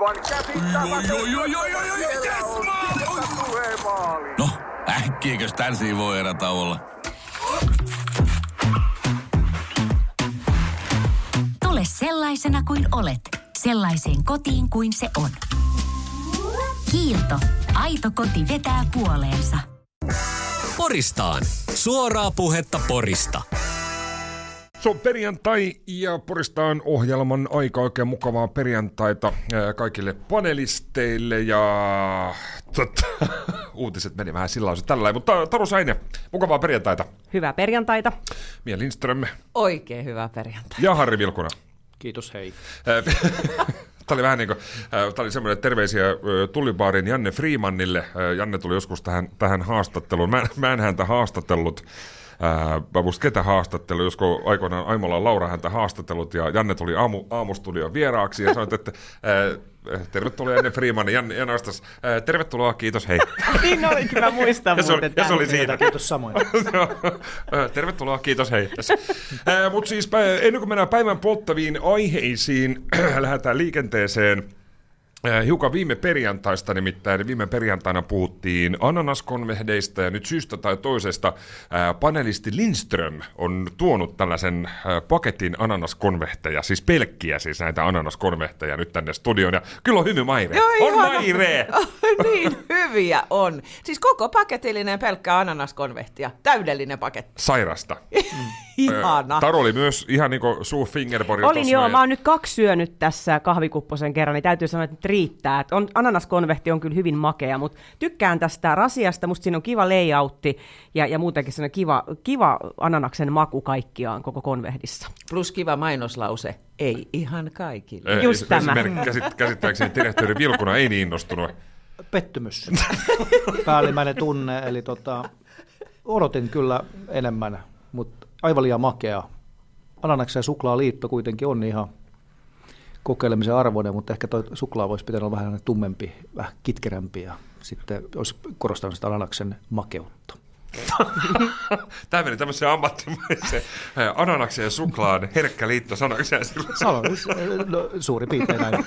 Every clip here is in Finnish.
Aivan käsittämätöntä. Tulee maali. No, äkkiäkös tän voi erätä olla? Tule sellaisena kuin olet, sellaiseen kotiin kuin se on. Kiilto. Aito koti vetää puoleensa. Poristaan. Suoraa puhetta Porista. Se on perjantai ja Poristaan ohjelman aika. Oikein mukavaa perjantaita kaikille panelisteille ja uutiset meni vähän sillä lailla tällä. Mutta Taru Saine, mukavaa perjantaita. Hyvää perjantaita. Mia Lindström. Oikein hyvää perjantaita. Ja Harri Vilkuna. Kiitos, hei. Tämä oli vähän niin kuin, tämä oli semmoinen terveisiä Tullibaarin Janne Freemanille. Janne tuli joskus tähän haastatteluun. Mä en häntä haastatellut. Mä musta ketä haastattelu, josko aikoinaan Aimolan Laura häntä haastatellut ja Janne tuli aamustudion vieraaksi ja sanoi, että tervetuloa Janne Freeman. Janne vastasi, tervetuloa, kiitos, hei. Niin olikin, mä muistan muuten. Ja se oli siinä. Kiitos samoin. Tervetuloa, kiitos, hei. Mutta siis ennen kuin mennään päivän polttaviin aiheisiin, lähdetään liikenteeseen. Hiukan viime perjantaista nimittäin. Viime perjantaina puhuttiin ananaskonvehdeista ja nyt syystä tai toisesta panelisti Lindström on tuonut tällaisen paketin ananaskonvehteja, siis pelkkiä siis näitä ananaskonvehteja nyt tänne studioon. Ja kyllä on hyvin maire. On maire! Niin hyviä on. Siis koko paketillinen pelkkää ananaskonvehtia. Täydellinen paketti. Sairasta. Ihana. Taru oli myös ihan niin kuin suu fingerboardilla. Olin joo, mä oon nyt 2 syönyt tässä kahvikupposen kerran, niin täytyy sanoa, että nyt riittää. Ananaskonvehti on kyllä hyvin makea, mutta tykkään tästä rasiasta, musta siinä on kiva layoutti ja muutenkin sellainen kiva ananaksen maku kaikkiaan koko konvehdissa. Plus kiva mainoslause, ei ihan kaikille. Just tämä. Käsittääkseni direktööri Vilkuna ei niin innostunut. Pettymys. Päällimmäinen tunne, eli odotin kyllä enemmän, mutta aivan liian makea. Ananaksen ja suklaaliitto kuitenkin on ihan kokeilemisen arvoinen, mutta ehkä tuo suklaa voisi pitää olla vähän tummempi, vähän kitkerämpi ja sitten olisi korostanut sitä ananaksen makeutta. Tämä meni tämmöiseen ammattimaiseen ananaksen ja suklaan herkkä liitto sanaksi. Suurin piirtein näin.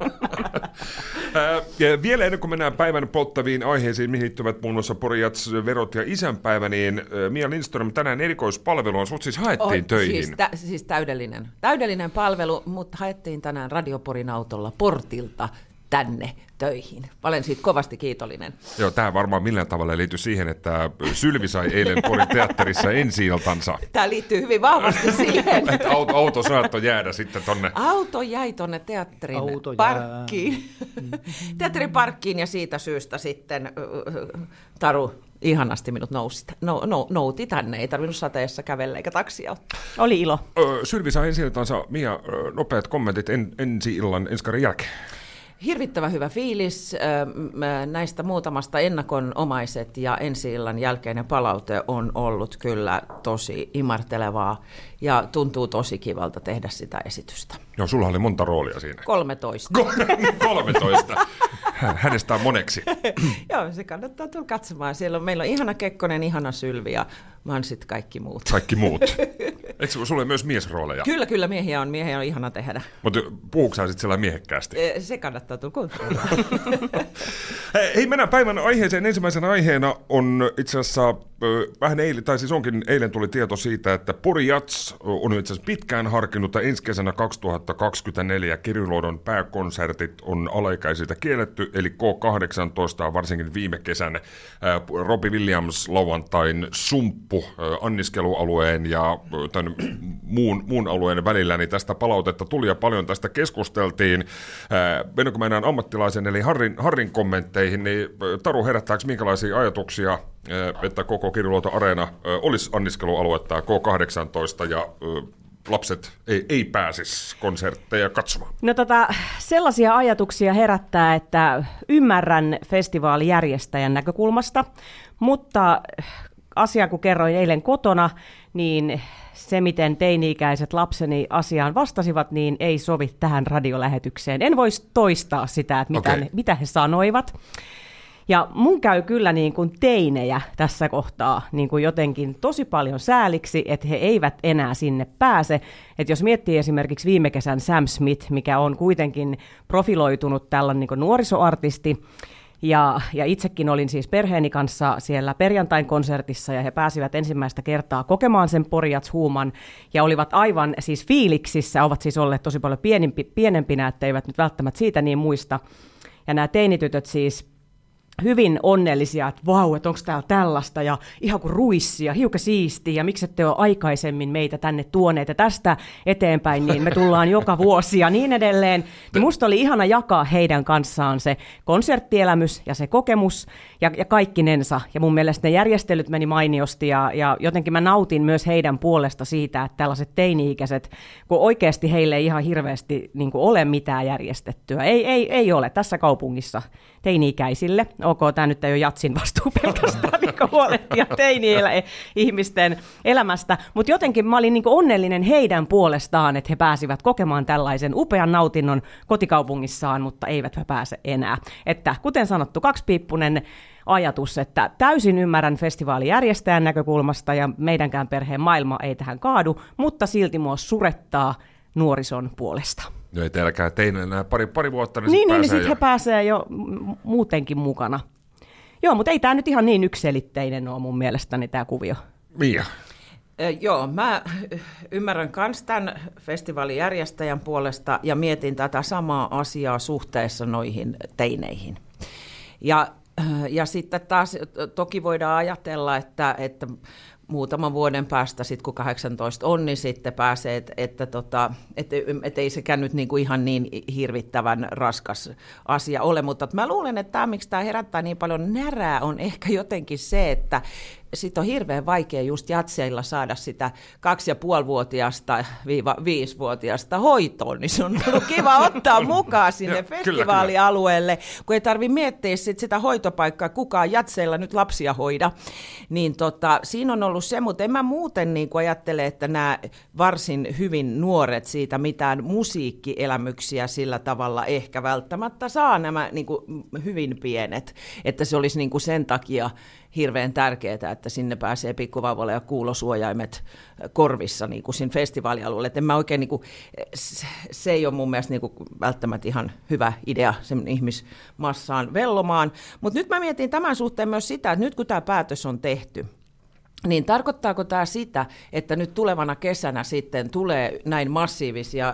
Vielä ennen kuin mennään päivän polttaviin aiheisiin, mihin liittyvät muun muassa Porijats, verot ja isänpäivä, niin Mia Lindström, tänään erikoispalvelua, sut siis haettiin töihin. Siis täydellinen palvelu, mutta haettiin tänään Radioporin autolla portilta tänne töihin. Olen siitä kovasti kiitollinen. Joo, tämä varmaan millään tavalla liittyy siihen, että Sylvi sai eilen Porin teatterissa ensi-iltansa. Tämä liittyy hyvin vahvasti siihen. Että auto saattoi jäädä sitten tonne. Auto jäi tonne teatterin parkkiin. Teatterin parkkiin ja siitä syystä sitten Taru ihanasti minut nouti tänne. Ei tarvinnut sateessa kävellä eikä taksia ottaa. Oli ilo. Sylvi sai ensi-iltansa. Mia, nopeat kommentit ensi-illan enskarin jälkeen. Hirvittävä hyvä fiilis. Näistä muutamasta ennakonomaiset ja ensi-illan jälkeinen palaute on ollut kyllä tosi imartelevaa ja tuntuu tosi kivalta tehdä sitä esitystä. Joo, sulla oli monta roolia siinä. 13. 13. Hänestä on moneksi. Joo, se kannattaa tulla katsomaan. Meillä on ihana Kekkonen, ihana Sylvi ja mä oon sitten kaikki muut. Kaikki muut. Eikö sulla myös miesrooleja? Kyllä, miehiä on ihana tehdä. Mutta puhuuko sä sitten siellä miehekkäästi? Se kannattaa tulla kontrolloida. Hei, mennään päivän aiheeseen. Ensimmäisenä aiheena on itse asiassa vähän eilen tuli tieto siitä, että Porijats on itse asiassa pitkään harkinnut, että ensi kesänä 2024 Keriluodon pääkonsertit on alaikäisiltä kielletty, eli K18 varsinkin viime kesän Robbie Williams lauantain sumppu anniskelualueen ja tämän muun alueen välillä, niin tästä palautetta tuli ja paljon tästä keskusteltiin. Ennen kuin mennään ammattilaisen eli Harrin kommentteihin, niin Taru, herättääkö minkälaisia ajatuksia, että koko Keriluoto Areena olisi anniskelualuetta K18 ja lapset ei pääsisi konsertteja katsomaan? No sellaisia ajatuksia herättää, että ymmärrän festivaalijärjestäjän näkökulmasta, mutta asia kun kerroin eilen kotona, niin se miten teini-ikäiset lapseni asiaan vastasivat, niin ei sovi tähän radiolähetykseen. En voisi toistaa sitä, että mitä he sanoivat. Ja mun käy kyllä niin kuin teinejä tässä kohtaa niin kuin jotenkin tosi paljon sääliksi, että he eivät enää sinne pääse. Että jos miettii esimerkiksi viime kesän Sam Smith, mikä on kuitenkin profiloitunut tällainen niin kuin nuorisoartisti, ja itsekin olin siis perheeni kanssa siellä perjantain konsertissa, ja he pääsivät ensimmäistä kertaa kokemaan sen Pori Jazz-huuman, ja olivat aivan siis fiiliksissä, ovat siis olleet tosi paljon pienempinä, että eivät nyt välttämättä siitä niin muista. Ja nämä teinitytöt siis hyvin onnellisia, että vau, että onko täällä tällaista, ja ihan kuin ruissia, hiukan siistiä, ja miksi ette ole aikaisemmin meitä tänne tuoneet, ja tästä eteenpäin, niin me tullaan joka vuosi, ja niin edelleen. Niin musta oli ihana jakaa heidän kanssaan se konserttielämys ja se kokemus, ja kaikkinensa, ja mun mielestä ne järjestelyt meni mainiosti, ja jotenkin mä nautin myös heidän puolesta siitä, että tällaiset teini-ikäiset, kun oikeasti heille ei ihan hirveästi niin kuin ole mitään järjestettyä, ei ole tässä kaupungissa teini-ikäisille. Tämä nyt ei ole jatsin vastuu pelkästään, mikä huolehtia teini-ihmisten elämästä, mutta jotenkin mä olin niin kuin onnellinen heidän puolestaan, että he pääsivät kokemaan tällaisen upean nautinnon kotikaupungissaan, mutta eivät he pääse enää. Että kuten sanottu, kaksipiippunen ajatus, että täysin ymmärrän festivaalijärjestäjän näkökulmasta ja meidänkään perheen maailma ei tähän kaadu, mutta silti mua surettaa nuorison puolesta. No ei teilläkään teille enää pari vuotta, niin niin sitten he pääsee jo muutenkin mukana. Joo, mutta ei tämä nyt ihan niin yksiselitteinen ole mun mielestäni tämä kuvio. Mia? Joo, mä ymmärrän myös tämän festivaalijärjestäjän puolesta ja mietin tätä samaa asiaa suhteessa noihin teineihin. Ja sitten taas toki voidaan ajatella, että muutaman vuoden päästä, sit kun 18 on, niin sitten pääsee, että ei sekään nyt niinku ihan niin hirvittävän raskas asia ole. Mutta mä luulen, että tämä, miksi tämä herättää niin paljon närää, on ehkä jotenkin se, että sitten on hirveän vaikea just jatseilla saada sitä 2,5-vuotiaasta 5-vuotiaasta hoitoon, niin se on ollut kiva ottaa mukaan sinne festivaalialueelle, kun ei tarvitse miettiä sitä hoitopaikkaa, kukaan jatseilla nyt lapsia hoida. Niin siinä on ollut se, mutta en mä muuten niin kuin ajattele, että nämä varsin hyvin nuoret siitä mitään musiikkielämyksiä sillä tavalla ehkä välttämättä saa nämä niin kuin hyvin pienet, että se olisi niin kuin sen takia hirveän tärkeää, että sinne pääsee pikkuvauvalle ja kuulosuojaimet korvissa niin kuin siinä festivaalialueelle. En mä oikein, niin kuin, se ei ole mun mielestä niin kuin välttämättä ihan hyvä idea sen ihmismassaan vellomaan. Mutta nyt mä mietin tämän suhteen myös sitä, että nyt kun tämä päätös on tehty, niin tarkoittaako tämä sitä, että nyt tulevana kesänä sitten tulee näin massiivisia,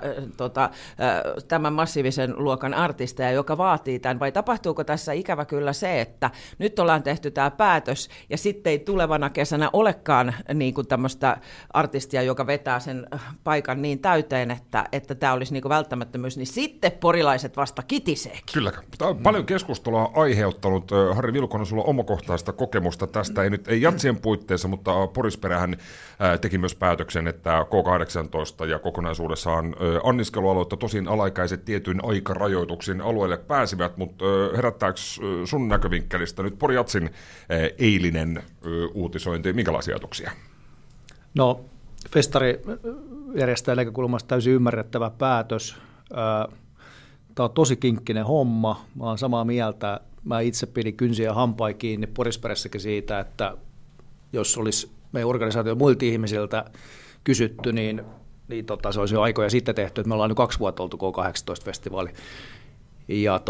tämän massiivisen luokan artisteja, joka vaatii tämän, vai tapahtuuko tässä ikävä kyllä se, että nyt ollaan tehty tämä päätös, ja sitten ei tulevana kesänä olekaan niin kuin tämmöistä artistia, joka vetää sen paikan niin täyteen, että tämä olisi niin kuin välttämättömyys, niin sitten porilaiset vasta kitiseekin. Kyllä. Tämä on paljon keskustelua aiheuttanut. Harri Vilkunen, sulla on omakohtaista kokemusta tästä, ei jatsien puitteissa, mutta Porisperähän teki myös päätöksen, että K18 ja kokonaisuudessaan anniskelualueita, tosin alaikäiset tietyin aikarajoituksiin alueelle pääsivät, mutta herättääkö sun näkövinkkelistä nyt Pori Jatsin eilinen uutisointi, minkälaisia ajatuksia? No, festarijärjestäjän näkökulmasta täysin ymmärrettävä päätös. Tämä on tosi kinkkinen homma. Mä olen samaa mieltä. Mä itse pidin kynsiä ja hampain kiinni Porisperässäkin siitä, että jos olisi meidän organisaatio muilta ihmisiltä kysytty, niin se olisi jo aikoja sitten tehty, että me ollaan nyt 2 vuotta oltu K18-festivaali. Ja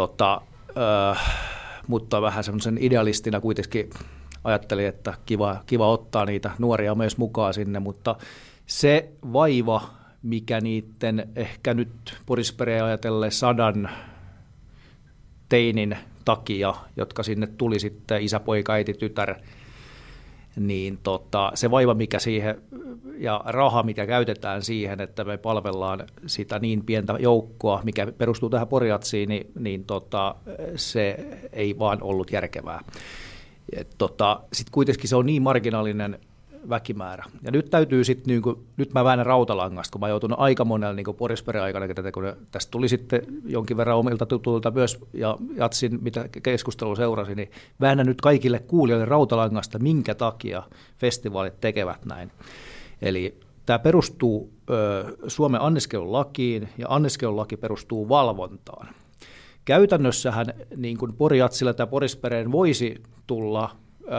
mutta vähän semmoisen idealistina kuitenkin ajattelin, että kiva ottaa niitä nuoria myös mukaan sinne, mutta se vaiva, mikä niiden ehkä nyt Porisperää ajatellen 100 teinin takia, jotka sinne tuli sitten isä, poika, äiti, tytär, niin se vaiva, mikä siihen ja raha, mikä käytetään siihen, että me palvellaan sitä niin pientä joukkoa, mikä perustuu tähän Pori Jatsiin, niin se ei vaan ollut järkevää. Sitten kuitenkin se on niin marginaalinen väkimäärä. Ja nyt täytyy sitten, nyt mä väännän rautalangasta, kun mä joutunut aika monella niin Porisperän aikana, kun tästä tuli sitten jonkin verran omilta tutuilta myös, ja Jatsin, mitä keskustelu seurasi, niin väännän nyt kaikille kuulijoille rautalangasta, minkä takia festivaalit tekevät näin. Eli tämä perustuu Suomen anniskelulakiin, ja anniskelulaki perustuu valvontaan. Käytännössähän niin kuin Pori-Jatsille tai Porispereen voisi tulla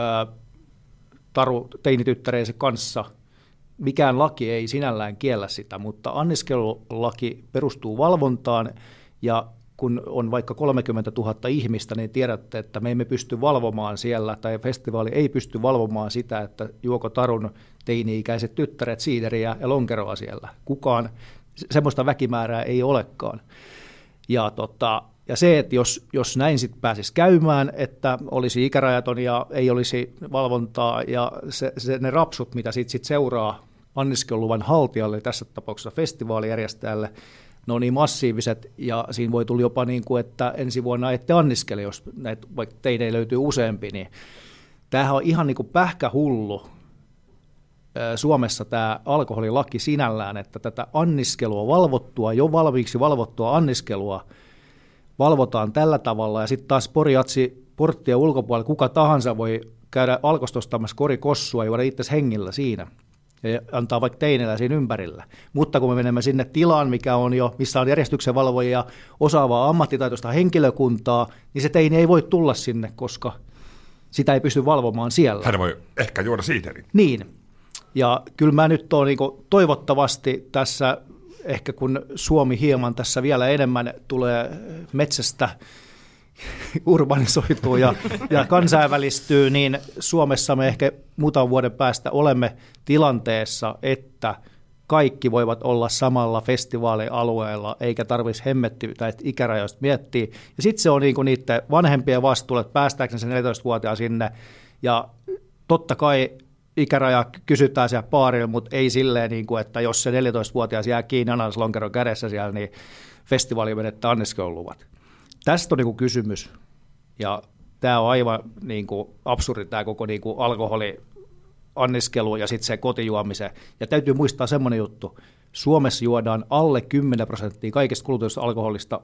taru teinityttäreensä kanssa. Mikään laki ei sinällään kiellä sitä, mutta anniskelulaki perustuu valvontaan, ja kun on vaikka 30 000 ihmistä, niin tiedätte, että me emme pysty valvomaan siellä, tai festivaali ei pysty valvomaan sitä, että juoko tarun teini-ikäiset tyttäret siideriä ja lonkeroa siellä. Kukaan, semmoista väkimäärää ei olekaan. Ja se, että jos näin sitten pääsisi käymään, että olisi ikärajaton ja ei olisi valvontaa, ja ne rapsut, mitä siitä sit seuraa anniskeluluvan haltijalle, tässä tapauksessa festivaalijärjestäjälle, ne on niin massiiviset, ja siinä voi tulla jopa niin kuin, että ensi vuonna ette anniskele, jos näitä vaikka teitä ei löytyy useampi, niin tämähän on ihan niin kuin pähkähullu Suomessa tämä alkoholilaki sinällään, että tätä anniskelua valvottua, jo valmiiksi valvottua anniskelua valvotaan tällä tavalla, ja sitten taas Pori-Jatsi porttien ulkopuolella kuka tahansa voi käydä alkostostamassa korikossua ja juoda itse hengillä siinä, ja antaa vaikka teinellä siinä ympärillä. Mutta kun me menemme sinne tilaan, missä on järjestyksenvalvojia, osaavaa ammattitaitoista henkilökuntaa, niin se teini ei voi tulla sinne, koska sitä ei pysty valvomaan siellä. Hän voi ehkä juoda siiderin. Niin, ja kyllä mä nyt olen toivottavasti tässä, ehkä kun Suomi hieman tässä vielä enemmän tulee metsästä urbanisoituu ja kansainvälistyy, niin Suomessa me ehkä muutaman vuoden päästä olemme tilanteessa, että kaikki voivat olla samalla festivaalialueella, eikä tarvitsisi hemmettiä tai ikärajoista miettiä. Ja sitten se on niiden vanhempien vastuulla, että päästääkö se 14-vuotiaan sinne, ja totta kai ikäraja kysytään siellä baarilla, mutta ei silleen, että jos se 14-vuotias jää kiinni ananaslonkero kädessä siellä, niin festivaali menettää anniskeluluvat. Tästä on kysymys, ja tämä on aivan absurdi tämä koko alkoholianniskelu ja sitten se kotijuomisen. Ja täytyy muistaa semmoinen juttu, Suomessa juodaan alle 10% kaikista kulutusta alkoholista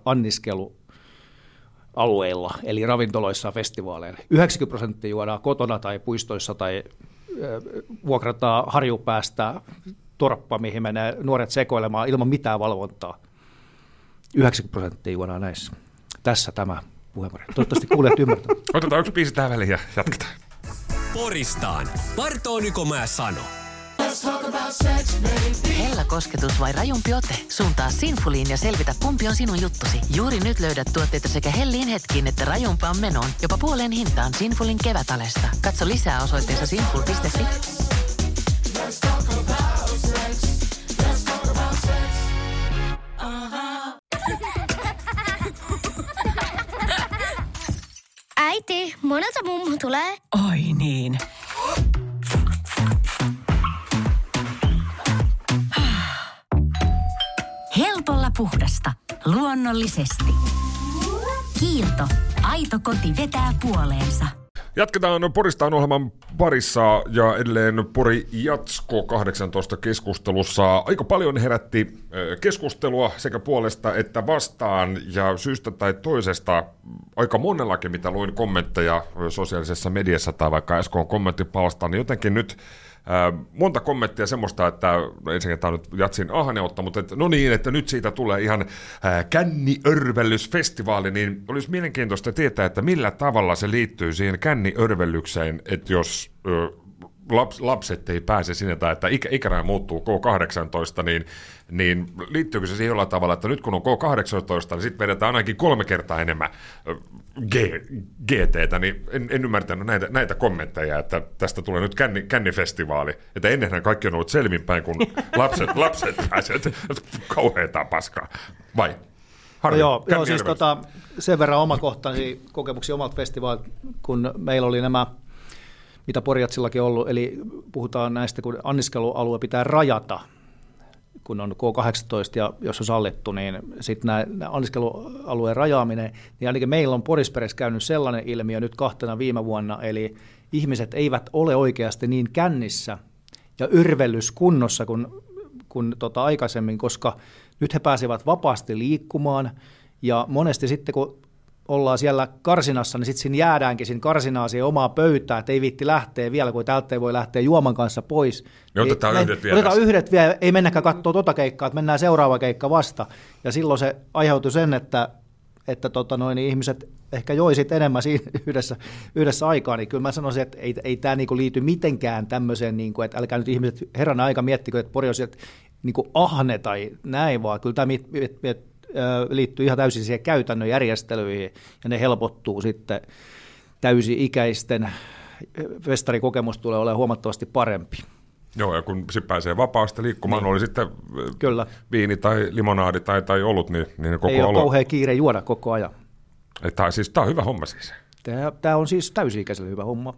anniskelualueilla, eli ravintoloissa ja festivaaleilla. 90% juodaan kotona tai puistoissa tai vuokrataan harjupäästä torppa, mihin menee nuoret sekoilemaan ilman mitään valvontaa. 90% juodaan näissä. Tässä tämä puheenvuoro. Toivottavasti kuulijat ymmärtävät. Otetaan yksi biisi tähän väliin ja jatketaan. Poristaan. Vartooniko mä sano? Hellä kosketus vai rajumpi ote? Suuntaa Sinfuliin ja selvitä, kumpi on sinun juttusi. Juuri nyt löydät tuotteita sekä helliin hetkiin että rajumpaan menoon. Jopa puoleen hintaan Sinfulin kevätalesta. Katso lisää osoitteessa sinful.fi. Äiti, monelta mummu tulee? Oi niin. Helpolla puhdasta. Luonnollisesti. Kiilto. Aito koti vetää puoleensa. Jatketaan Poristaan ohjelman parissa ja edelleen Pori-Jatsko 18 keskustelussa. Aika paljon herätti keskustelua sekä puolesta että vastaan ja syystä tai toisesta aika monellakin, mitä luin kommentteja sosiaalisessa mediassa tai vaikka SK:n kommenttipalstaan, niin jotenkin nyt monta kommenttia semmoista, että ensinnäkin tämä on nyt Jatsin ahneutta, mutta no niin, että nyt siitä tulee ihan känniörvellysfestivaali, niin olisi mielenkiintoista tietää, että millä tavalla se liittyy siihen känniörvellykseen, että jos lapset ei pääse sinne tai että ikäraja muuttuu K18, niin liittyykö se siihen jollain tavalla, että nyt kun on K18, niin sitten vedetään ainakin 3 kertaa enemmän GT:tä, niin en ymmärtänyt näitä kommentteja, että tästä tulee nyt kännifestivaali, että ennenhän kaikki on ollut selvinpäin, kun lapset pääsevät kauheataan paskaa, vai? Harvi, joo, siis sen verran omakohtaisia kokemuksia omalta festivaalilta, kun meillä oli nämä mitä Pori-Jatsillakin on ollut, eli puhutaan näistä, kun anniskelualue pitää rajata, kun on K18 ja jos on sallittu, niin sitten nämä anniskelualueen rajaaminen, niin ainakin meillä on Porisperässä käynyt sellainen ilmiö nyt 2 viime vuonna, eli ihmiset eivät ole oikeasti niin kännissä ja yrvellyskunnossa kuin aikaisemmin, koska nyt he pääsevät vapaasti liikkumaan, ja monesti sitten kun ollaan siellä karsinassa, niin sitten siinä jäädäänkin siinä karsinaan siihen omaa pöytään, että ei viitti lähteä vielä, kun täältä ei voi lähteä juoman kanssa pois. Ja otetaan yhdet vielä. Otetaan yhdet vielä, ei mennäkään katsoa keikkaa, että mennään seuraava keikka vasta. Ja silloin se aiheutui sen, että että niin ihmiset ehkä joisit enemmän siinä yhdessä aikaa, niin kyllä mä sanoisin, että ei tämä niinku liity mitenkään tämmöiseen, niinku, että älkää nyt ihmiset herran aika miettikö, että Pori on sieltä niinku ahne tai näin, vaan kyllä tämä liittyy ihan täysin siihen käytännön järjestelyihin, ja ne helpottuu sitten täysi-ikäisten festarikokemus tulee olemaan huomattavasti parempi. Joo, ja kun se pääsee vapaasti liikkumaan, oli sitten kyllä. Viini tai limonaadi tai olut, niin koko ei ole kauhean kiire juoda koko ajan. Tämä on hyvä homma siis. Tämä on siis täysi-ikäiselle hyvä homma.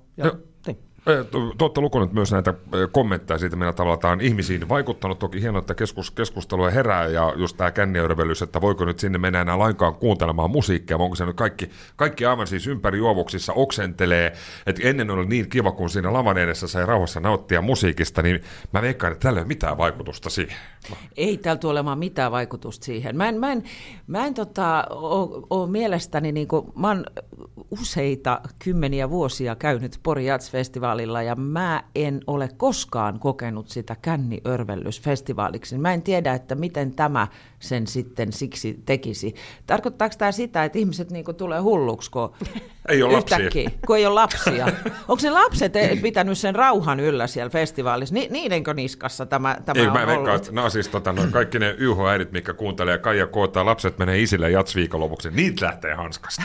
Te olette lukenut myös näitä kommentteja siitä, millä tavalla tämä on ihmisiin vaikuttanut. Toki hienoa, että keskustelua herää ja just tämä känniörvelys, että voiko nyt sinne mennä enää lainkaan kuuntelemaan musiikkia, vai onko se nyt kaikki aivan siis ympärijuovuksissa oksentelee, että ennen oli niin kiva, kun siinä lavan edessä sai rauhassa nauttia musiikista, niin mä veikkaan, että tällä ei ole mitään vaikutusta siihen. Ei täällä tule olemaan mitään vaikutusta siihen. Mä en ole mielestäni, niin kuin, mä oon useita kymmeniä vuosia käynyt Pori Jazz-festivaalilla ja mä en ole koskaan kokenut sitä känniörvellysfestivaaliksi. Mä en tiedä, että miten tämä sen sitten siksi tekisi. Tarkoittaako tämä sitä, että ihmiset niin kuin tulee hulluksi, kun ei ole yhtäkkiä, kun ei ole lapsia? Onko ne lapset pitänyt sen rauhan yllä siellä festivaalissa? Niidenkö niskassa tämä ei, on mä ollut? veikkaan, että siis, kaikki ne YH-äidit, mitkä kuuntelee Kaija Koota, lapset menee isille jats-viikonlopuksi, niitä lähtee hanskasta.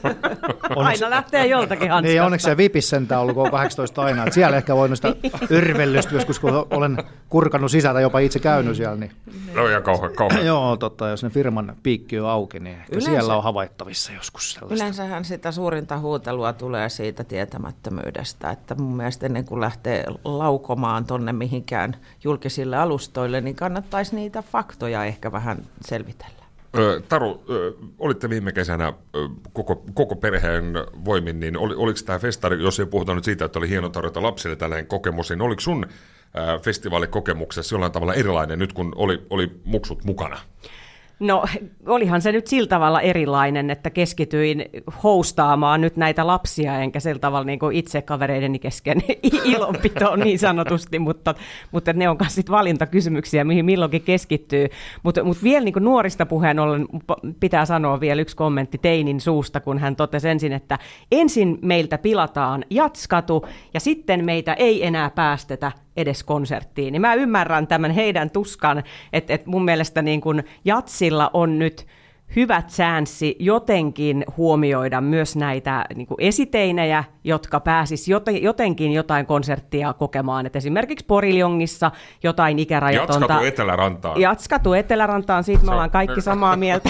Aina lähtee joltakin hanskasta. Niin, onneksi se Vipis sentään ollut, kun on 18 aina. Että siellä ehkä voinut sitä yrvellystä joskus, kun olen kurkannut sisältä, jopa itse käynyt siellä. Niin. No ja kauhean. Joo, jos ne firman piikki on auki, niin ehkä siellä on havaittavissa joskus sellaista. Yleensähän sitä suurinta huutelua tulee siitä tietämättömyydestä, että mun mielestä ennen kuin lähtee laukomaan tonne mihinkään julkisille alustoille, niin kannattaisi niitä faktoja ehkä vähän selvitellä. Taru, olitte viime kesänä koko perheen voimin, niin oliko tämä festari, jos ei puhuta nyt siitä, että oli hieno tarjota lapsille tällainen kokemus, niin oliko sun festivaalikokemuksessa jollain tavalla erilainen nyt, kun oli muksut mukana? No olihan se nyt sillä tavalla erilainen, että keskityin hostaamaan nyt näitä lapsia, enkä sillä tavalla niin kuin itse kavereideni kesken ilonpitoon niin sanotusti, mutta ne on myös valintakysymyksiä, mihin milloinkin keskittyy. Mutta vielä niin kuin nuorista puheen ollen pitää sanoa vielä yksi kommentti Teinin suusta, kun hän totesi ensin, että ensin meiltä pilataan Jatskatu ja sitten meitä ei enää päästetä edes konserttiin. Niin mä ymmärrän tämän heidän tuskan, että mun mielestä niin kun jatsilla on nyt hyvä chanssi jotenkin huomioida myös näitä niin kuin esiteinejä, jotka pääsis jotenkin jotain konserttia kokemaan. Et esimerkiksi Poriljongissa jotain ikärajatonta. Jatskatu Etelärantaan. Jatskatu Etelärantaan, siitä me ollaan kaikki samaa mieltä.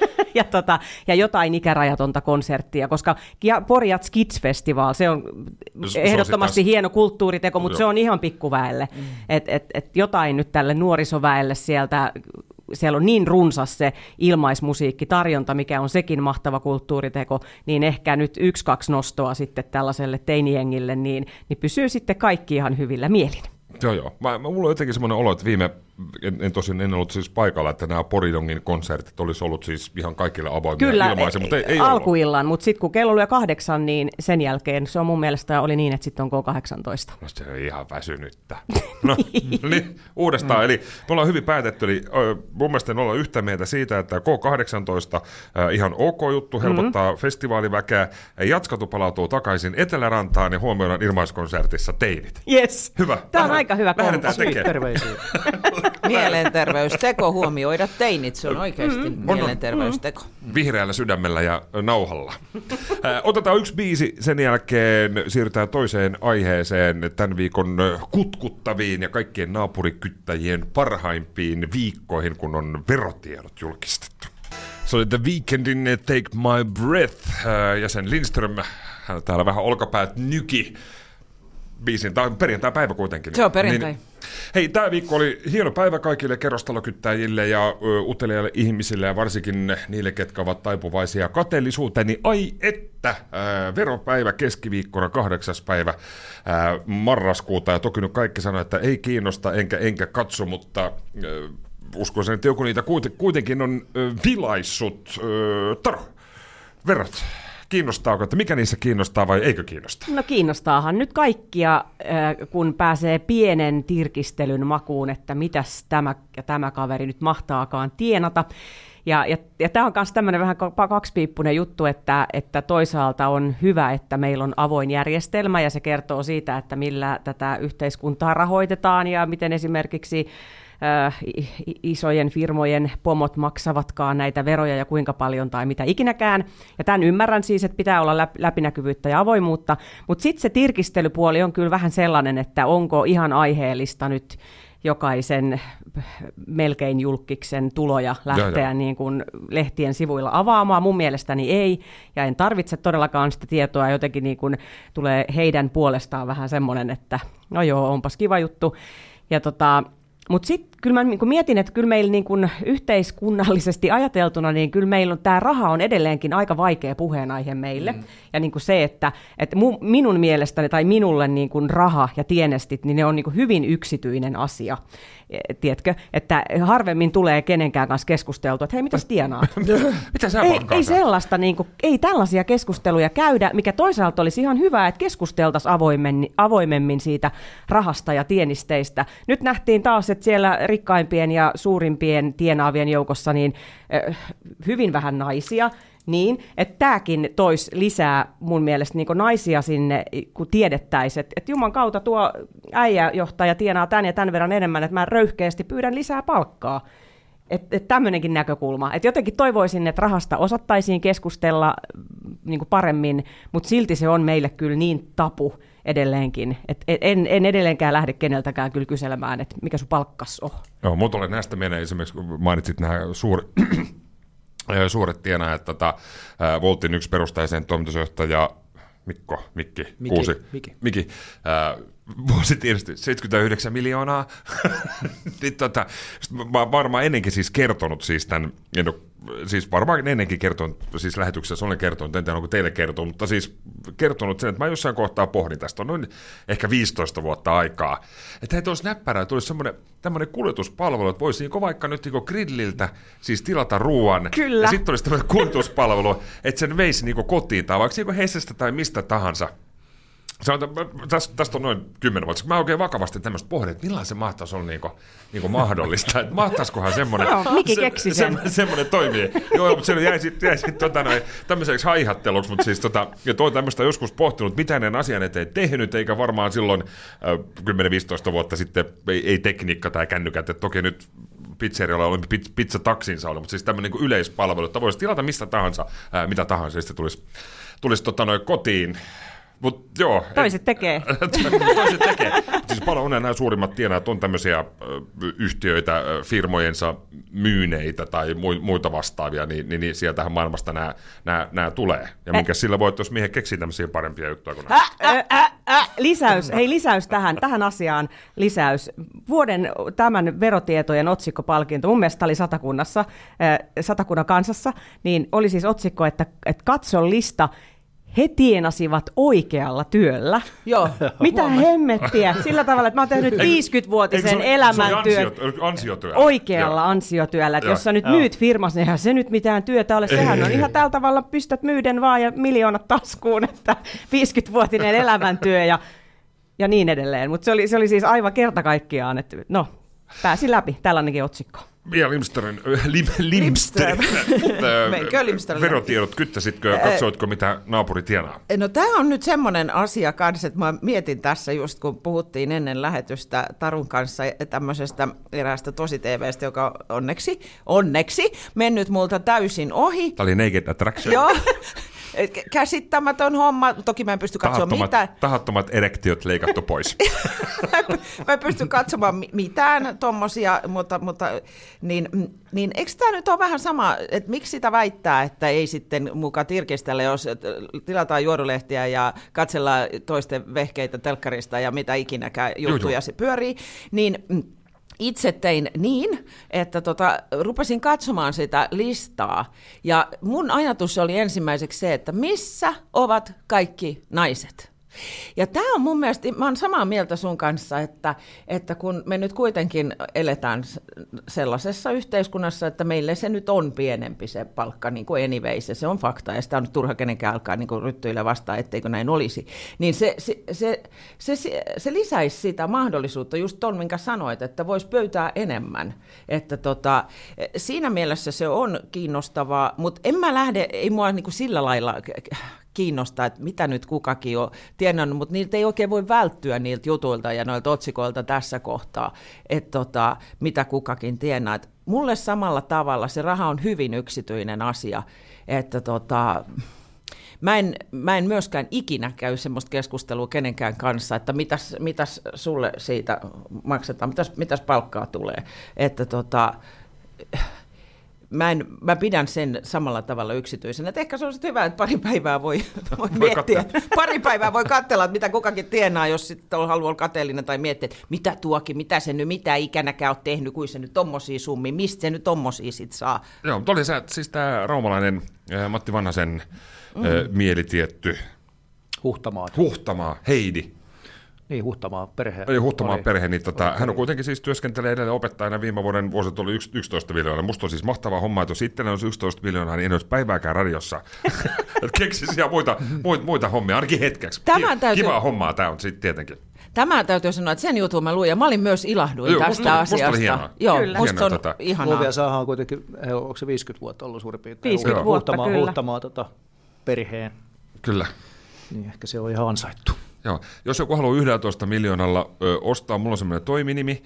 Ja jotain ikärajatonta konserttia, koska Pori Jazz Kids Festival, se on ehdottomasti hieno kulttuuriteko, mutta se on ihan pikkuväelle. Et jotain nyt tälle nuorisoväelle siellä on niin runsas se ilmaismusiikkitarjonta, mikä on sekin mahtava kulttuuriteko, niin ehkä nyt 1-2 nostoa sitten tällaiselle teinijengille, niin pysyy sitten kaikki ihan hyvillä mielin. Joo. Mulla on jotenkin semmoinen olo, että en ollut siis paikalla, että nämä Porijongin konsertit olisi ollut siis ihan kaikille avoimia ilmaisia, mutta ei alkuillan, mutta sitten kun kello oli 8, niin sen jälkeen se on mun mielestä oli niin, että sitten on K18. No se on ihan väsynyttä. No niin, uudestaan, eli me ollaan hyvin päätetty, eli mun mielestä me ollaan yhtä mieltä siitä, että K18 ihan ok juttu, helpottaa festivaaliväkeä, Jatskatu palautuu takaisin Etelärantaan ja huomioidaan ilmaiskonsertissa teinit. Yes. Hyvä. Tämä on aika hyvä kombo. Lähdetään tekemään. Terveisiä. Mielenterveysteko, huomioida teinit, se on oikeasti mielenterveysteko. Vihreällä sydämellä ja nauhalla. Otetaan yksi biisi, sen jälkeen siirrytään toiseen aiheeseen, tämän viikon kutkuttaviin ja kaikkien naapurikyttäjien parhaimpiin viikkoihin, kun on verotiedot julkistettu. Se oli The Weekndin Take My Breath, ja sen Lindström, hän täällä vähän olkapäät nyki biisin. Tämä on perjantai-päivä kuitenkin. Se on perjantai. Niin, hei, tämä viikko oli hieno päivä kaikille kerrostalokyttäjille ja uteliaille ihmisille ja varsinkin niille, ketkä ovat taipuvaisia kateellisuuteen. Niin ai että, veropäivä keskiviikkona 8. päivä marraskuuta. Ja toki nyt kaikki sanoo, että ei kiinnosta enkä katso, mutta uskoisin, että joku niitä kuitenkin on vilaissut. Taru, verot. Kiinnostaako, että mikä niissä kiinnostaa vai eikö kiinnosta? No kiinnostaahan nyt kaikkia, kun pääsee pienen tirkistelyn makuun, että mitäs tämä kaveri nyt mahtaakaan tienata. Ja tämä on myös tämmöinen vähän kaksipiippunen juttu, että toisaalta on hyvä, että meillä on avoin järjestelmä ja se kertoo siitä, että millä tätä yhteiskuntaa rahoitetaan ja miten esimerkiksi isojen firmojen pomot maksavatkaan näitä veroja ja kuinka paljon tai mitä ikinäkään. Ja tämän ymmärrän siis, että pitää olla läpinäkyvyyttä ja avoimuutta, mutta sitten se tirkistelypuoli on kyllä vähän sellainen, että onko ihan aiheellista nyt jokaisen melkein julkiksen tuloja lähteä niin kuin lehtien sivuilla avaamaan. Mun mielestäni ei, ja en tarvitse todellakaan sitä tietoa. Jotenkin niin kuin tulee heidän puolestaan vähän semmoinen, että no joo, onpas kiva juttu. Ja mutta sitten kyllä mä mietin, että kyllä meillä niin kuin yhteiskunnallisesti ajateltuna, niin kyllä meillä on, tämä raha on edelleenkin aika vaikea puheenaihe meille. Ja niin kuin se, että minun mielestäni tai minulle niin kuin raha ja tienestit, niin ne on niin kuin hyvin yksityinen asia. Tiedätkö, että harvemmin tulee kenenkään kanssa keskusteltua, että hei, mitä sä tienaat? Mitä sä ei sellaista, niin kuin, ei tällaisia keskusteluja käydä, mikä toisaalta olisi ihan hyvä, että keskusteltaisiin avoimemmin siitä rahasta ja tienisteistä. Nyt nähtiin taas, että siellä rikkaimpien ja suurimpien tienaavien joukossa niin hyvin vähän naisia, niin, että tämäkin toisi lisää mun mielestä niin naisia sinne, kun tiedettäisiin, että Juman kautta tuo äijäjohtaja tienaa tän ja tämän verran enemmän, että mä röyhkeästi pyydän lisää palkkaa. Että tämmöinenkin näkökulma. Että jotenkin toivoisin, että rahasta osattaisiin keskustella niin kuin paremmin, mutta silti se on meille kyllä niin tabu edelleenkin. Että en edelleenkään lähde keneltäkään kyllä kyselemään, että mikä sun palkkas on. Joo, mut olen näistä menee esimerkiksi, kun mainitsit nämä suuret tienaajat, Voltin yksi perustaisen toimitusjohtaja Mikki, vuositiedosti 79 miljoonaa. Mä varmaan ennenkin siis kertonut siis tämän, siis varmaan ennenkin kertonut, siis lähetyksessä olen kertonut, en tiedä onko teille kertonut, mutta siis kertonut sen, että mä jossain kohtaa pohdin, tästä on noin ehkä 15 vuotta aikaa, että olisi näppärää, tulisi tämmöinen kuljetuspalvelu, että voisi vaikka nyt grilliltä siis tilata ruoan, kyllä. Ja sitten olisi tämmöinen kuljetuspalvelu, että sen veisi kotiin tai vaikka Hessestä tai mistä tahansa. Tästä on noin 10 vuotta. Mä oikein vakavasti tämmöistä pohdin, että millainen se mahtaisi olla mahdollista. Että mahtaisikohan semmoinen semmoinen toimii. Joo, mutta se jäi sitten tämmöiseksi haihatteluksi. Mutta siis ja toi tämmöistä joskus pohtinut, mitä ne asian eteen tehnyt, eikä varmaan silloin 10-15 vuotta sitten ei tekniikka tai kännykät. Että toki nyt pizzerialla oli pizzataksinsa ollut, mutta siis tämmöinen yleispalvelu, että voisi tilata mistä tahansa, mitä tahansa, ja sitten tulisi kotiin. Mut joo. Toiset tekee. Siis paljon nämä suurimmat tienaajat on tämmöisiä yhtiöitä, firmojensa myyneitä tai muita vastaavia, niin sieltähän maailmasta nämä tulee. Ja minkä sillä voi, jos mihin keksii tämmöisiä parempia juttuja kuin Lisäys tähän asiaan. Vuoden tämän verotietojen otsikkopalkinto, mun mielestä oli Satakunnan Kansassa, niin oli siis otsikko, että katso lista, he tienasivat oikealla työllä. Joo. Mitä hemmettiä? Sillä tavalla, että mä oon tehnyt 50-vuotisen elämäntyön oikealla ansiotyöllä. Että jos sä nyt myyt firmassa, niin eihän se nyt mitään työtä ole. Sehän on ihan tällä tavalla, pystät myyden vaan ja miljoonat taskuun, että 50-vuotinen elämäntyö ja niin edelleen. Mutta se oli siis aivan kerta kaikkiaan, että no, pääsi läpi, tällainenkin otsikko. Mia Limström, verotiedot, kyttäsitkö ja katsoitko, mitä naapuri tienaa? No tämä on nyt semmoinen asia kanssa, että mä mietin tässä just, kun puhuttiin ennen lähetystä Tarun kanssa tämmöisestä eräästä tosi-TV:stä, joka onneksi mennyt multa täysin ohi. Tämä oli Naked Attraction. Joo. Käsittämätön homma. Toki mä en pysty katsomaan mitään. Tahattomat erektiot leikattu pois. Mä en pysty katsomaan mitään tommosia, mutta niin eikö tämä nyt ole vähän sama, että miksi sitä väittää, että ei sitten muka tirkistellä, jos tilataan juorulehtiä ja katsellaan toisten vehkeitä telkkarista ja mitä ikinäkään juttuja se pyörii, niin itse tein niin, että rupesin katsomaan sitä listaa ja mun ajatus oli ensimmäiseksi se, että missä ovat kaikki naiset. Ja tämä on mun mielestä, mä oon samaa mieltä sun kanssa, että kun me nyt kuitenkin eletään sellaisessa yhteiskunnassa, että meille se nyt on pienempi se palkka, niin kuin anyways, se on fakta, ja sitä on nyt turha kenenkään alkaa niin kuin ryttyillä vastaan, etteikö näin olisi, niin se lisäisi sitä mahdollisuutta, just ton, minkä sanoit, että voisi pöytää enemmän, että siinä mielessä se on kiinnostavaa, mutta en mä lähde, ei mua niin kuin sillä lailla kiinnostaa, että mitä nyt kukakin on tienannut, mutta niiltä ei oikein voi välttyä niiltä jutuilta ja noilta otsikoilta tässä kohtaa, että mitä kukakin tienaa. Et mulle samalla tavalla se raha on hyvin yksityinen asia, että mä en myöskään ikinä käy semmoista keskustelua kenenkään kanssa, että mitäs sulle siitä maksetaan, mitäs palkkaa tulee, että Mä pidän sen samalla tavalla yksityisenä. Et ehkä se on sitten hyvä, että pari päivää voi miettiä. Pari päivää voi katsella, että mitä kukakin tienaa, jos sitten haluaa olla kateellinen tai miettiä, että mitä tuokin, mitä se nyt, mitä ikänäkään on tehnyt, kuin se nyt tommosia summia, mistä se nyt tommosia sitten saa. Joo, mutta oli siis tämä raumalainen Matti Vanhasen mielitietty. Huhtamaa, Heidi. Niin, Huhtamaa perhe. Huhtamaa perhe, niin hän on kuitenkin siis työskentelee edelleen opettajana. Viime vuoden vuosi oli 11 miljoonaa. Musta on siis mahtavaa hommaa, että jos itsellä olisi 11 miljoonaa, niin en olisi päivääkään radiossa. Keksisi ja muita hommia, ainakin hetkeksi. Kivaa hommaa tämä on sitten tietenkin. Tämä täytyy sanoa, että sen jutun mä luin, ja mä olin myös ilahduin tästä asiasta. Musta oli hienoa. Joo, musta on ihanaa. Luvia Saha on kuitenkin, onko se 50 vuotta ollut suurin piirtein? 50 vuotta, kyllä. Huhtamaa perheen. Kyllä. Niin ehkä se on ihan ansaittu. Joo. Jos joku haluaa 11 miljoonalla ostaa, mulla on semmoinen toiminimi.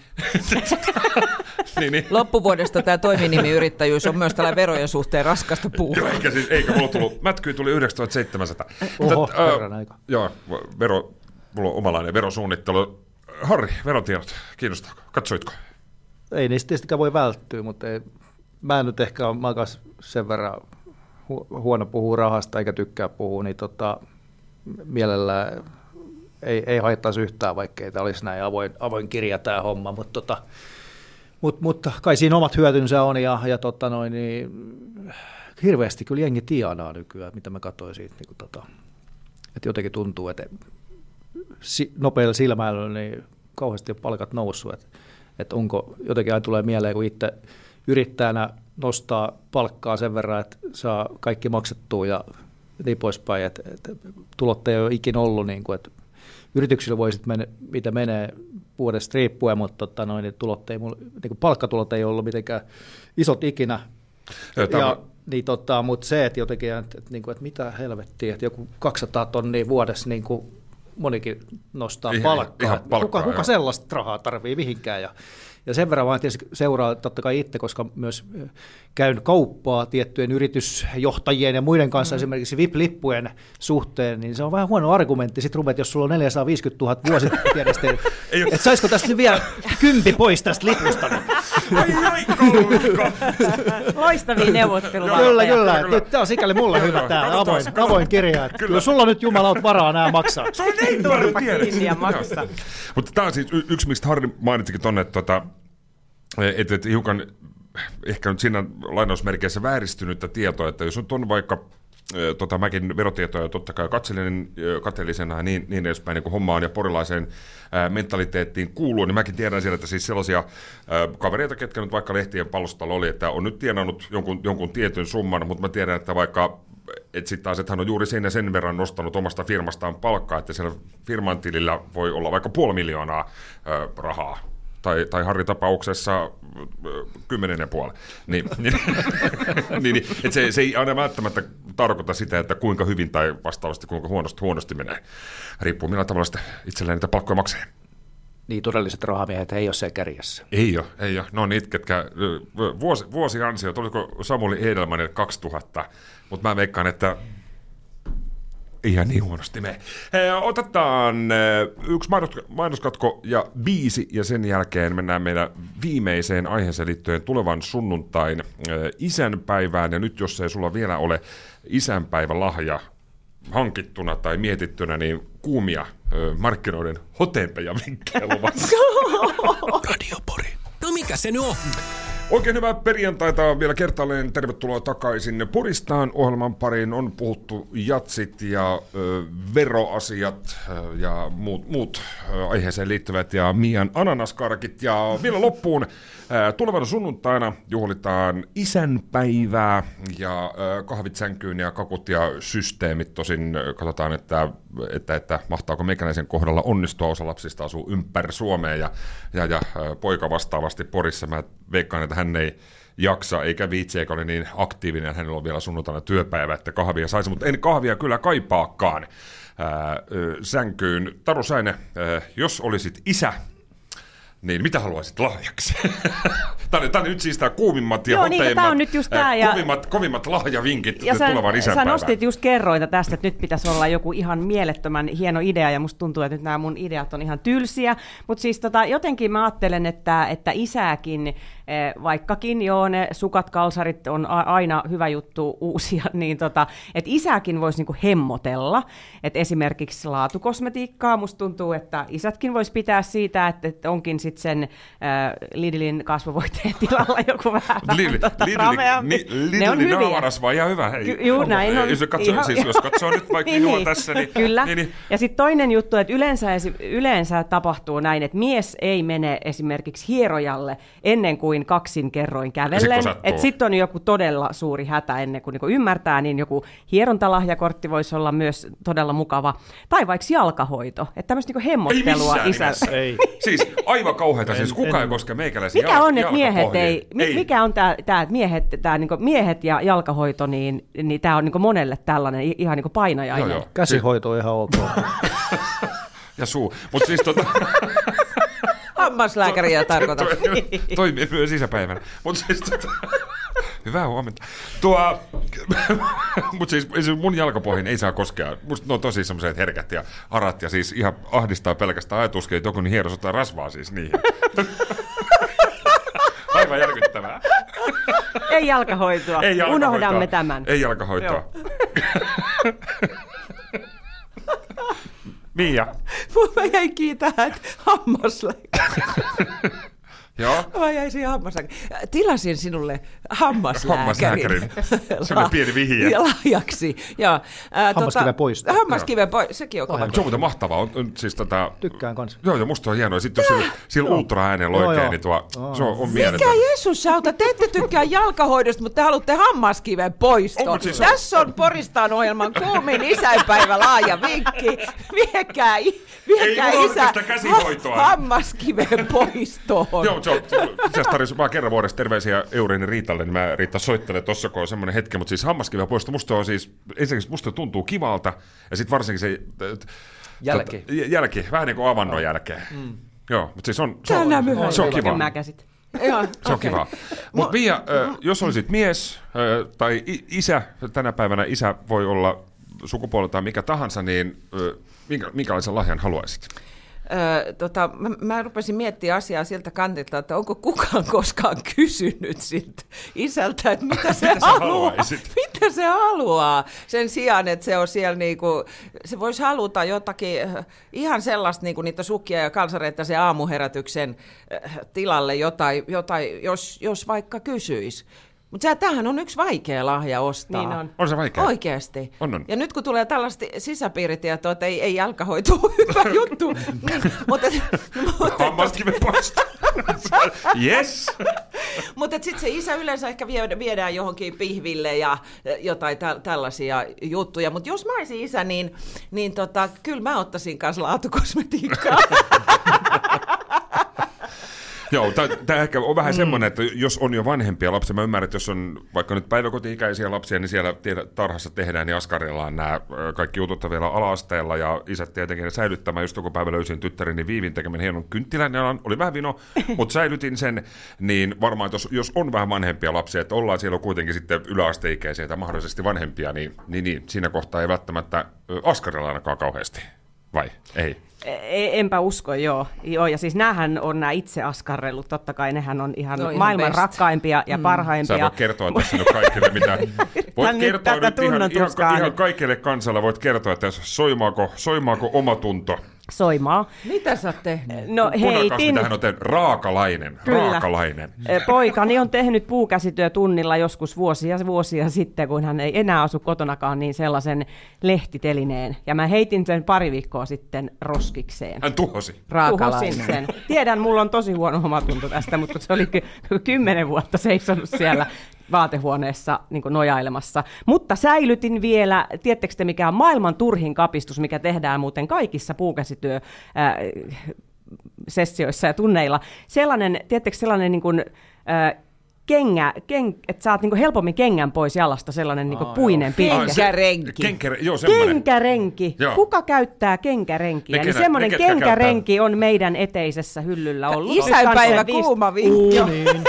niin. Loppuvuodesta tämä toiminimiyrittäjyys on myös tällä verojen suhteen raskasta puuhaa. Joo, eikä mulla tullut, mätkyy tuli 9700. Oho, verran aika. Joo, mulla on omalainen verosuunnittelu. Harri, verotiedot, kiinnostaako? Katsoitko? Ei niistä tietystikään voi välttyä, mutta mä en nyt ehkä ole sen verran huono puhua rahasta eikä tykkää puhua, niin mielellään ei haittaisi yhtään, vaikka ei tämä olisi näin avoin kirja tämä homma, mutta kai siinä omat hyötynsä on ja niin, hirveästi kyllä jengi tienaa nykyään, mitä mä katsoin siitä, niin että jotenkin tuntuu, että nopealla silmäilyllä niin kauheasti on palkat noussut, että onko jotenkin aina tulee mieleen, kun itse yrittäjänä nostaa palkkaa sen verran, että saa kaikki maksettua ja niin poispäin, että tulot ei ole ikinä ollut, niin kuin, että yrityksillä voi sitten mitä menee vuodesta riippuen, mutta niin tulot ei, niin palkkatulot ei ollut mitenkään isot ikinä. Mutta se, että jotenkin, että mitä helvettiä, että joku 200 tonnia vuodessa niin kuin monikin nostaa palkkaa. Kuka sellaista rahaa tarvii mihinkään? Ja sen verran vaan tietysti seuraa totta kai itse, koska myös käyn kauppaa tiettyjen yritysjohtajien ja muiden kanssa esimerkiksi VIP-lippujen suhteen, niin se on vähän huono argumentti. Sitten rupeat, jos sulla on 450 000 vuositiedestä, että saisiko tästä nyt vielä 10 pois tästä lipusta? Loistavia neuvotteluja. Kyllä. Tämä on sikäli mulle hyvä tämä avoin kirja. Kyllä sulla nyt jumalaut varaa nämä maksaa. Se on niin maksaa. Mutta tämä on siis yksi, mistä Harri mainitsikin tuonne, että hiukan ehkä nyt siinä lainausmerkeissä vääristynyttä tietoa, että jos nyt on vaikka mäkin verotietoja totta kai kateellisena ja niin edespäin niin kuin hommaan ja porilaiseen mentaliteettiin kuuluu, niin mäkin tiedän siellä, että siis sellaisia kavereita, ketkä nyt vaikka lehtien palstalla oli, että on nyt tienannut jonkun tietyn summan, mutta mä tiedän, että vaikka että sitten taas, että hän on juuri sen verran nostanut omasta firmastaan palkkaa, että siellä firman tilillä voi olla vaikka 500 000 rahaa. Tai Harri tapauksessa 10,5. Niin, että se ei aina välttämättä tarkoita sitä, että kuinka hyvin tai vastaavasti kuinka huonosti menee. Riippuu millä tavalla sitä itselleen niitä palkkoja maksaa. Niin, todelliset rahamiehet ei ole siellä kärjessä. Ei ole. No niitä, ketkä vuosiansiot, oliko Samuli Edelmanille 2000, mutta mä veikkaan, että ihan niin huonosti mene. Otetaan yksi mainoskatko ja biisi, ja sen jälkeen mennään meidän viimeiseen aiheeseen liittyen tulevan sunnuntain isänpäivään. Ja nyt, jos ei sulla vielä ole isänpäivälahja hankittuna tai mietittynä, niin kuumia markkinoiden hotempeja vinkkejä luvassa. Radio Pori. No mikä se nyt on? Oikein hyvää perjantaita vielä kertaalleen. Tervetuloa takaisin Puristaan ohjelman pariin. On puhuttu jatsit ja veroasiat ja muut aiheeseen liittyvät ja Mian ananaskarkit. Ja vielä loppuun tulevana sunnuntaina juhlitaan isänpäivää ja kahvit sänkyyn ja kakut ja systeemit. Tosin katsotaan, että mahtaako meikäläisen kohdalla onnistua. Osa lapsista asuu ympäri Suomea ja poika vastaavasti Porissa. Mä veikkaan, että hän ei jaksa eikä viitsi, eikä ole niin aktiivinen. Hänellä on vielä sunnuntaina työpäivä, että kahvia saisi, mutta en kahvia kyllä kaipaakaan sänkyyn. Taru Säine, jos olisit isä, niin mitä haluaisit lahjaksi? Tämä on nyt siis tämä kuumimmat ja kovimmat lahjavinkit tulevan isänpäivään. Sä nostit just kerrointa tästä, että nyt pitäisi olla joku ihan mielettömän hieno idea, ja musta tuntuu, että nyt nämä mun ideat on ihan tylsiä. Mutta siis jotenkin mä ajattelen, että isääkin, vaikkakin ne sukat, kalsarit on aina hyvä juttu uusia, niin että isäkin voisi niinku hemmotella. Että esimerkiksi laatukosmetiikkaa, musta tuntuu, että isätkin vois pitää siitä, että onkin sitten sen Lidlin kasvovoiteen tilalla joku vähän rameampi. Lidlin naamarasva, ihan hyvä. Juu, näin on. Jos katsoo nyt vaikka minua tässä, niin... Kyllä. Niin. Ja sitten toinen juttu, että yleensä tapahtuu näin, että mies ei mene esimerkiksi hierojalle ennen kuin kaksin kerroin kävellen. Että sitten on joku todella suuri hätä ennen kuin ymmärtää, niin joku hierontalahjakortti voisi olla myös todella mukava. Tai vaikka jalkahoito. Että tämmöistä niinku hemmottelua isä. Ei. Siis aivan kauheata. Siis kukaan ei koske meikäläisiä mikä on tämä, että miehet ja jalkahoito, niin tämä on niinku monelle tällainen ihan niinku painajainen. Joo. Käsihoito on ihan ok. Ja suu. Mutta siis hammaslääkäriä tarkoitan. Toimii myös isäpäivänä. Mutta siis hyvää huomenta. Mutta siis mun jalkapohjin ei saa koskea. Musta ne on tosi semmoiset herkät ja arat ja siis ihan ahdistaa pelkästään ajatuskin, että joku niin hieros ottaa rasvaa siis niihin. Aivan järkyttävää. Ei jalkahoitoa. Unohdamme tämän. Ei jalkahoitoa. Mia. Mä jäin kiittää, että hammaslääkäri. Joo. Mä jäin siihen hammaslääkäriin. Tilasin sinulle hammaslääkärin. Semmoinen pieni vihje. Lahjaksi. Hammaskiven poisto. Hammaskiven poisto, sekin on kova. Se on muuten mahtavaa. On siis tykkään kanssa. Joo, musta on hienoa. Sitten jos sillä ultra-äänellä oikein, niin se on mieletön. Mikä Jeesus auta? Te ette tykkää jalkahoidosta, mutta te haluatte hammaskiven poistoon. Siis tässä on Poristaan ohjelman kuumin isänpäivä laaja vinkki. Viekää isä hammaskiven poistoon. Joo, se tarjosi vaan kerran vuodessa terveisiä Euriini Riitalle, niin mä Riitta soittelen tossa, kun on semmoinen hetki, mutta siis hammaskiven poisto musta on siis, ensinnäkin musta tuntuu kivalta, ja sitten varsinkin se jälki, vähän niin kuin avannon jälkeen. Joo, mutta siis se on kiva. Se on kiva. Mutta Mia, jos olisit mies tai isä, tänä päivänä isä voi olla sukupuoleltaan mikä tahansa, niin minkälaisen lahjan haluaisit? Mä rupesin miettimään asiaa siltä kantilta, että onko kukaan koskaan kysynyt siltä isältä, että mitä se haluaa. Sen sijaan, että se on siellä niinku, se voisi haluta jotakin ihan sellaista niinku niitä sukkia ja kalsareita sen aamuherätyksen tilalle jotain jos vaikka kysyisi. Mutta tämähän on yksi vaikea lahja ostaa. Niin on. On se vaikea? Oikeasti. On. Ja nyt kun tulee tällaista sisäpiiritietoa, että ei jalkahoito ole hyvä juttu. Hammaskiven poisto. Yes. Mutta sitten se isä yleensä ehkä viedään johonkin pihville ja jotain tällaisia juttuja. Mutta jos mä olisin isä, niin kyllä mä ottaisin kanssa laatukosmetiikkaa. Joo, tämä ehkä on vähän semmoinen, että jos on jo vanhempia lapsia, mä ymmärrän, että jos on vaikka nyt päiväkoti-ikäisiä lapsia, niin siellä tarhassa tehdään ja askarellaan nämä kaikki jutut vielä ala-asteella, ja isät tietenkin ne säilyttämään. Just kun päivä löysin tyttäreni Viivin tekemän hienon kynttilän, ja oli vähän vino, mutta säilytin sen, niin varmaan, että jos on vähän vanhempia lapsia, että ollaan siellä kuitenkin sitten yläasteikäisiä tai mahdollisesti vanhempia, niin siinä kohtaa ei välttämättä askarella ainakaan kauheasti, vai ei? Enpä usko, joo. Ja siis näähän on nämä itse askarrellut, totta kai nehän on ihan maailman rakkaimpia ja parhaimpia. Sä voit kertoa tässä nyt kaikille, mitä... Voit kertoa nyt ihan kaikille kansalle, voit kertoa, että soimaako omatunto soimaa. Mitä sä oot tehnyt? No heitin. Tähän on tehnyt raakalainen. Poikani on tehnyt puukäsityötunnilla joskus vuosia sitten, kun hän ei enää asu kotonakaan, niin sellaisen lehtitelineen. Ja mä heitin sen pari viikkoa sitten roskikseen. Hän tuhosi. Tuhosin sen. Tiedän, mulla on tosi huono omatunto tästä, mutta se oli 10 vuotta seisonut siellä vaatehuoneessa niin kuin nojailemassa. Mutta säilytin vielä, tiedättekö te mikä on maailman turhin kapistus, mikä tehdään muuten kaikissa puukäsityösessioissa ja tunneilla. Tiedättekö sellainen niin kuin, että saat niin kuin helpommin kengän pois jalasta, sellainen niin kuin puinen pitkä. Kenkärenki. Joo. Kuka käyttää kenkärenkiä? Niin semmoinen kenkärenki on meidän eteisessä hyllyllä ollut. Isänpäivä kuuma vinkki.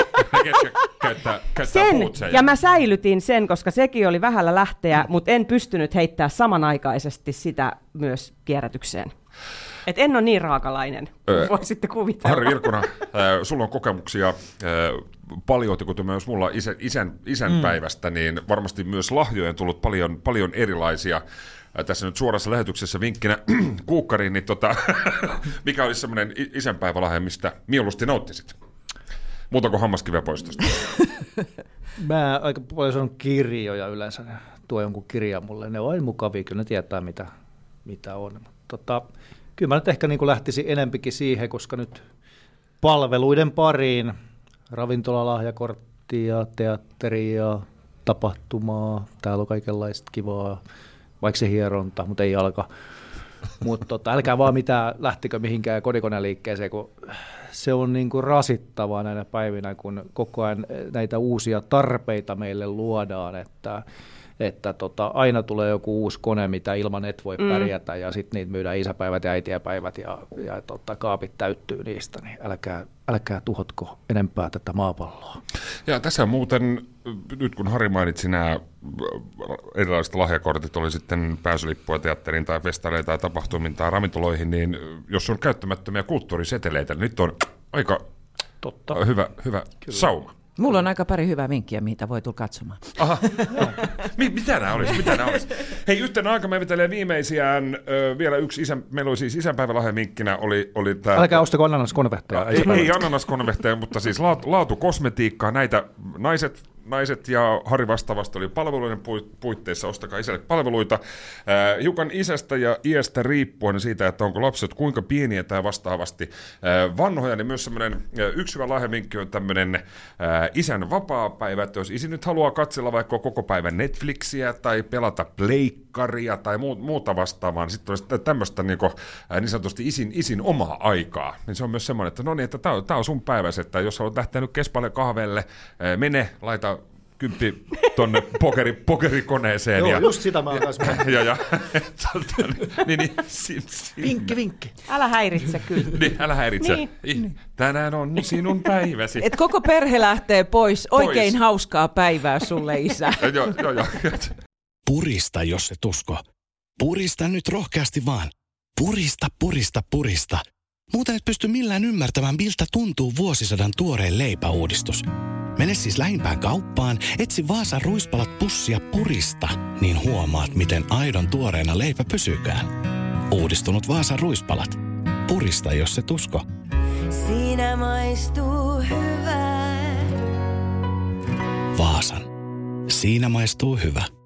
Ja mä säilytin sen, koska sekin oli vähällä lähteä, mutta en pystynyt heittää samanaikaisesti sitä myös kierrätykseen. Et en ole niin raakalainen, voisitte kuvitella. Harri Virkkunen, sulla on kokemuksia paljon, kuten myös mulla isän päivästä, niin varmasti myös lahjojen tullut paljon erilaisia. Tässä nyt suorassa lähetyksessä vinkkinä kuukkariin, niin mikä olisi semmoinen isänpäivälahja, mistä mieluusti nauttisit? Muutako hammaskiveä poistosta? Mä aika paljon sanon kirjoja yleensä. Tuo jonkun kirjan mulle. Ne on mukavia, kyllä ne tietää mitä on. Kyllä mä nyt ehkä niin kuin lähtisin enempikin siihen, koska nyt palveluiden pariin, ravintolalahjakorttia, teatteria, tapahtumaa, täällä on kaikenlaista kivaa, vaikka se hieronta, mutta ei alka. Mutta älkää vaan mitään lähtikö mihinkään kodikoneliikkeeseen, kun se on niin kuin rasittavaa näinä päivinä, kun koko ajan näitä uusia tarpeita meille luodaan, että aina tulee joku uusi kone, mitä ilman et voi pärjätä, ja sitten niitä myydään isäpäivät ja äitiäpäivät, ja kaapit täyttyy niistä, niin älkää tuhotko enempää tätä maapalloa. Ja tässä muuten, nyt kun Harri mainitsi nämä erilaiset lahjakortit, oli sitten pääsylippuja teatteriin tai festareihin tai tapahtumiin tai ravintoloihin, niin jos on käyttämättömiä kulttuuriseteleitä, niin nyt on aika hyvä sauma. Mulla on aika pari hyvää vinkkiä, mitä voi tulla katsomaan. Aha, mitä nämä olisi? Hei, yhtenä aika me vetelee viimeisiään vielä yksi meillä oli siis isänpäivälahjavinkkinä oli tämä. Älkää ostako ananaskonvehteja. Ei ananaskonvehteja, mutta siis laatukosmetiikkaa, näitä naiset ja Harri vastaavasti oli palveluiden puitteissa, ostakaa isälle palveluita. Hiukan isästä ja iästä riippuen siitä, että onko lapset kuinka pieniä tai vastaavasti vanhoja, niin myös semmoinen yksi hyvä lahjavinkki on tämmöinen isän vapaapäivä, että jos isi nyt haluaa katsella vaikka koko päivän Netflixiä tai pelata pleikkaria tai muuta vastaavaa, niin sitten olisi tämmöistä niin sanotusti isin omaa aikaa. Niin se on myös semmoinen, että no niin, että tämä on sun päiväsi, että jos haluat lähteä nyt Kespalle kahvelle, mene, laita 10 tonne pokerikoneeseen. Joo, just sitä mä oon kanssa. Vinkki. Älä häiritse kyllä. Niin, älä häiritse. Niin. Tänään on sinun päiväsi. Et koko perhe lähtee pois. Oikein hauskaa päivää sulle, isä. Joo. Purista, jos et usko. Purista nyt rohkeasti vaan. Purista. Muuten et pysty millään ymmärtämään, miltä tuntuu vuosisadan tuoreen leipäuudistus. Mene siis lähimpään kauppaan, etsi Vaasan ruispalat pussia Purista, niin huomaat, miten aidon tuoreena leipä pysyykään. Uudistunut Vaasan ruispalat. Purista, jos et usko. Siinä maistuu hyvää. Vaasan. Siinä maistuu hyvä.